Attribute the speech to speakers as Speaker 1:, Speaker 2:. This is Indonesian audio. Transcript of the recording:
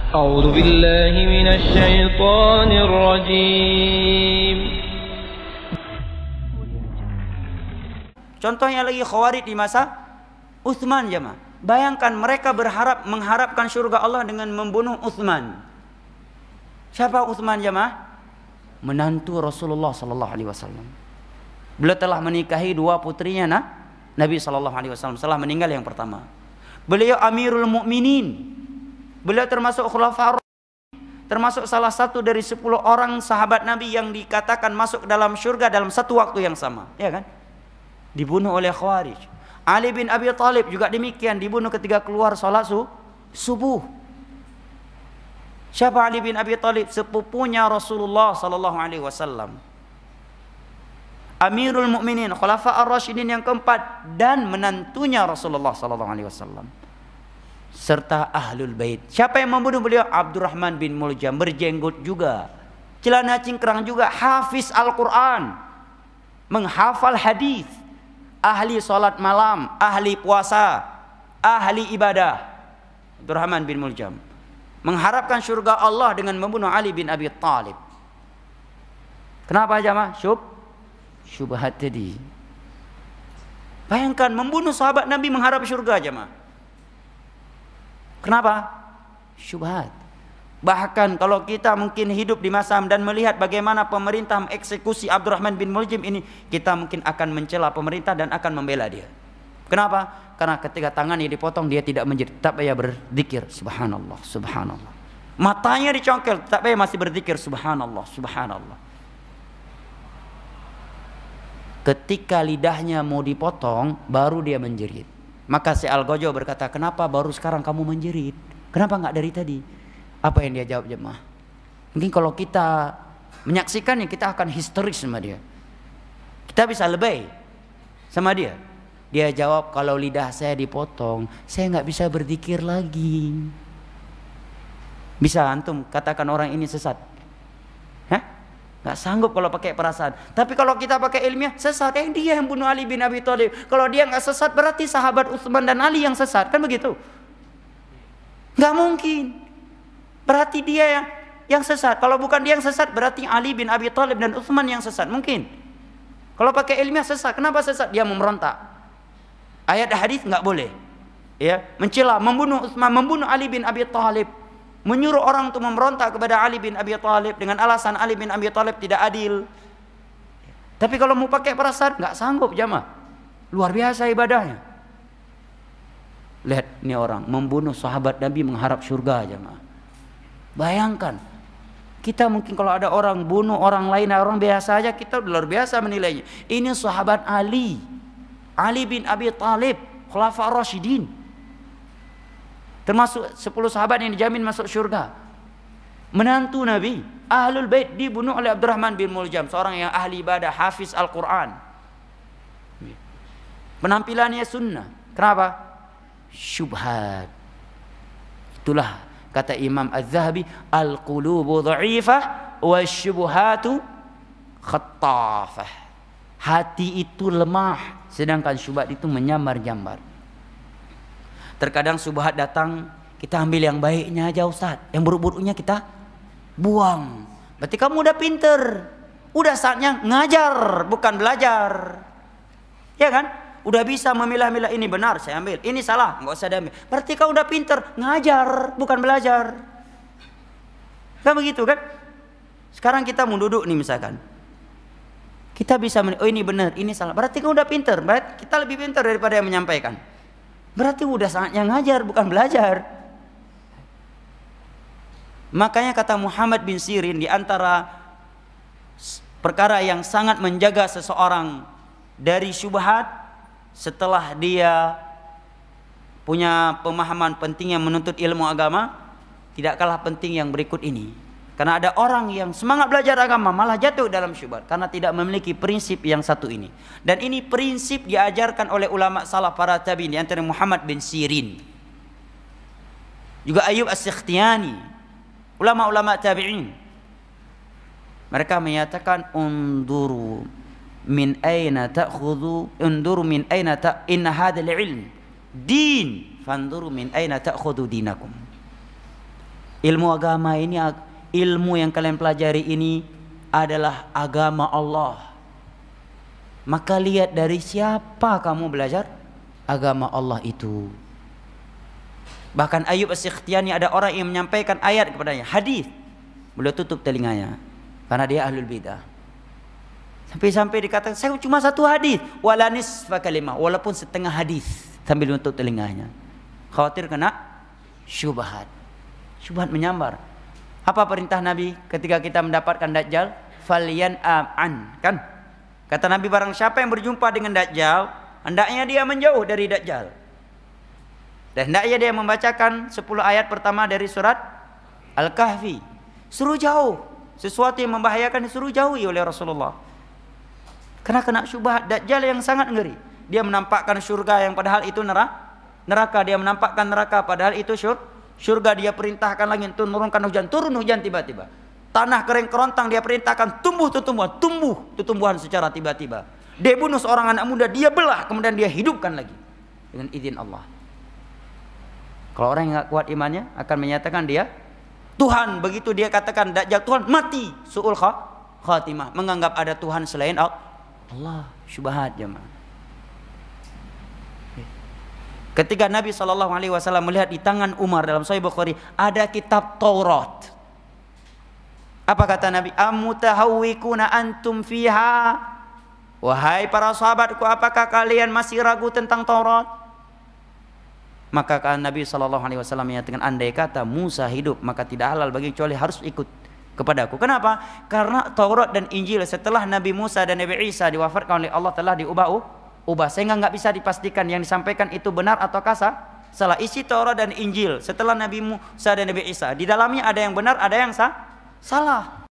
Speaker 1: أعوذ بالله من الشيطان الرجيم.
Speaker 2: Contohnya lagi Khawarij di masa Utsman jemaah. Bayangkan mereka mengharapkan surga Allah dengan membunuh Utsman. Siapa Utsman jemaah? Menantu Rasulullah sallallahu alaihi wasallam. Beliau telah menikahi dua putrinya Nabi sallallahu alaihi wasallam setelah meninggal yang pertama. Beliau Amirul Mukminin. Beliau termasuk khulafa, termasuk salah satu dari 10 orang sahabat Nabi yang dikatakan masuk dalam surga dalam satu waktu yang sama, ya kan? Dibunuh oleh Khawarij. Ali bin Abi Thalib juga demikian, dibunuh ketika keluar salat subuh. Siapa Ali bin Abi Thalib? Sepupunya Rasulullah sallallahu alaihi wasallam. Amirul Mukminin, Khulafa ar-Rasyidin yang keempat dan menantunya Rasulullah sallallahu alaihi wasallam. Serta Ahlul Bait. Siapa yang membunuh beliau? Abdurrahman bin Muljam, berjenggot juga, celana cingkrang juga, hafiz Al-Quran, menghafal hadis, ahli salat malam, ahli puasa, ahli ibadah. Abdurrahman bin Muljam mengharapkan surga Allah dengan membunuh Ali bin Abi Thalib. Kenapa jamaah? Syubhat tadi. Bayangkan membunuh sahabat Nabi mengharap surga jamaah. Kenapa? Syubhat. Bahkan kalau kita mungkin hidup di masa dan melihat bagaimana pemerintah mengeksekusi Abdurrahman bin Muljam ini, kita mungkin akan mencela pemerintah dan akan membela dia. Kenapa? Karena ketika tangannya dipotong dia tidak menjerit, tak payah berzikir subhanallah, subhanallah. Matanya dicongkel, tak payah masih berzikir subhanallah, subhanallah. Ketika lidahnya mau dipotong, baru dia menjerit. Maka si Al-Gojo berkata, kenapa baru sekarang kamu menjerit? Kenapa nggak dari tadi? Apa yang dia jawab jemaah? Mungkin kalau kita menyaksikannya, kita akan histeris sama dia. Kita bisa lebay sama dia. Dia jawab, kalau lidah saya dipotong, saya nggak bisa berzikir lagi. Bisa antum katakan orang ini sesat? Hah? Nggak sanggup kalau pakai perasaan. Tapi kalau kita pakai ilmiah, sesat. Dia yang bunuh Ali bin Abi Thalib. Kalau dia nggak sesat, berarti sahabat Utsman dan Ali yang sesat, kan begitu? Nggak mungkin. Berarti dia yang sesat. Kalau bukan dia yang sesat, berarti Ali bin Abi Thalib dan Utsman yang sesat. Mungkin. Kalau pakai ilmiah sesat. Kenapa sesat? Dia memberontak. Ayat hadis nggak boleh. Ya, mencela, membunuh Utsman, membunuh Ali bin Abi Thalib. Menyuruh orang untuk memberontak kepada Ali bin Abi Thalib dengan alasan Ali bin Abi Thalib tidak adil. Tapi kalau mau pakai perasaan, nggak sanggup jamaah. Luar biasa ibadahnya. Lihat ini orang membunuh sahabat Nabi mengharap surga jamaah. Bayangkan, kita mungkin kalau ada orang bunuh orang lain, orang biasa aja, kita luar biasa menilainya. Ini sahabat Ali bin Abi Thalib, Khulafa ar-Rasyidin, termasuk 10 sahabat yang dijamin masuk surga. Menantu Nabi, Ahlul Bait, dibunuh oleh Abdurrahman bin Muljam, seorang yang ahli ibadah, hafiz Al-Quran. Penampilannya sunnah. Kenapa? Syubhat. Itulah kata Imam Az-Zahabi, al-qulubu dha'ifah wasyubuhatu khattafah. Hati itu lemah, sedangkan syubhat itu menyambar-nyambar. Terkadang syubhat datang, kita ambil yang baiknya aja Ustaz, yang buruk-buruknya kita buang. Berarti kamu udah pinter, udah saatnya ngajar, bukan belajar. Ya kan? Udah bisa memilah-milah, ini benar saya ambil, ini salah nggak usah diambil. Berarti kamu udah pinter, ngajar, bukan belajar. Kan begitu kan? Sekarang kita mau duduk nih misalkan, kita bisa oh ini benar, ini salah. Berarti kamu udah pinter, berarti kita lebih pinter daripada yang menyampaikan. Berarti udah saatnya ngajar, bukan belajar. Makanya kata Muhammad bin Sirin, di antara perkara yang sangat menjaga seseorang dari syubhat, setelah dia punya pemahaman pentingnya menuntut ilmu agama, tidak kalah penting yang berikut ini. Karena ada orang yang semangat belajar agama malah jatuh dalam syubhat karena tidak memiliki prinsip yang satu ini. Dan ini prinsip diajarkan oleh ulama salaf para tabi'in, di antara Muhammad bin Sirin, juga Ayyub As-Sikhtiyani, ulama-ulama tabi'in. Mereka menyatakan unduru min aina ta'khudhu, unduru min aina inna hadzal ilm din, fanduru min aina ta'khudhu dinakum. Ilmu agama ini, ilmu yang kalian pelajari ini adalah agama Allah. Maka lihat dari siapa kamu belajar agama Allah itu. Bahkan Ayub As-Sikhtiyani, ada orang yang menyampaikan ayat kepadanya, hadis, beliau tutup telinganya karena dia ahlul bidah. Sampai dikatakan, saya cuma satu hadis, wala nisfa kalimah, walaupun setengah hadis, sambil menutup telinganya. Khawatir kena syubhat. Syubhat menyambar. Apa perintah Nabi ketika kita mendapatkan Dajjal? Falyan'am, kan? Kata Nabi, barang siapa yang berjumpa dengan Dajjal, hendaknya dia menjauh dari Dajjal. Dan hendaknya dia membacakan 10 ayat pertama dari surat Al-Kahfi. Suruh jauh. Sesuatu yang membahayakan disuruh jauhi oleh Rasulullah. Karena kena syubhat Dajjal yang sangat ngeri. Dia menampakkan syurga yang padahal itu neraka. Dia menampakkan neraka padahal itu syurga. Dia perintahkan langit menurunkan hujan. Turun hujan tiba-tiba. Tanah kering kerontang dia perintahkan tumbuh tumbuhan secara tiba-tiba. Dia bunuh seorang anak muda, dia belah, kemudian dia hidupkan lagi dengan izin Allah. Kalau orang yang nggak kuat imannya akan menyatakan dia Tuhan. Begitu dia katakan Dajjal Tuhan, mati. Su'ul khatimah, menganggap ada Tuhan selain Allah. Syubhat jemaah. Ketika Nabi SAW melihat di tangan Umar dalam Sahih Bukhari ada kitab Taurat. Apa kata Nabi? Amutahawwikuna antum fiha? Wahai para sahabatku, apakah kalian masih ragu tentang Taurat? Maka Nabi SAW menyatakan, andai kata Musa hidup, maka tidak halal bagi kecuali harus ikut kepadaku. Kenapa? Karena Taurat dan Injil setelah Nabi Musa dan Nabi Isa diwafatkan oleh Allah telah diubah, sehingga nggak bisa dipastikan yang disampaikan itu benar atau salah. Isi Taurat dan Injil setelah Nabi Musa dan Nabi Isa, di dalamnya ada yang benar, ada yang salah.